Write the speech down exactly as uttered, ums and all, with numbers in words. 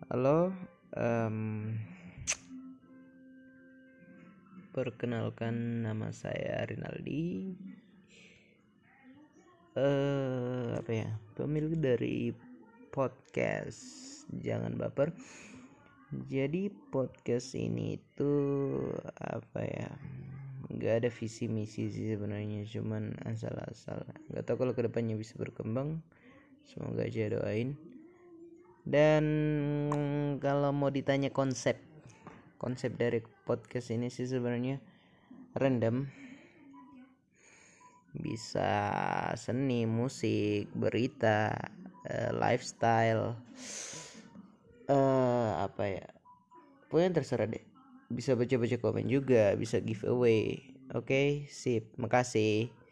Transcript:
Halo, em, perkenalkan nama saya Rinaldi. Eh, apa ya? Pemilik dari podcast Jangan Baper. Jadi podcast ini tuh apa ya? Gak ada visi misi sih sebenarnya, cuman asal-asal. Gak tahu kalau kedepannya bisa berkembang. Semoga aja doain. Dan kalau mau ditanya konsep konsep dari podcast ini sih sebenarnya random, bisa seni, musik, berita, uh, lifestyle, uh, apa ya, pokoknya terserah deh. Bisa baca-baca komen juga, bisa giveaway. Oke, okay, sip, makasih.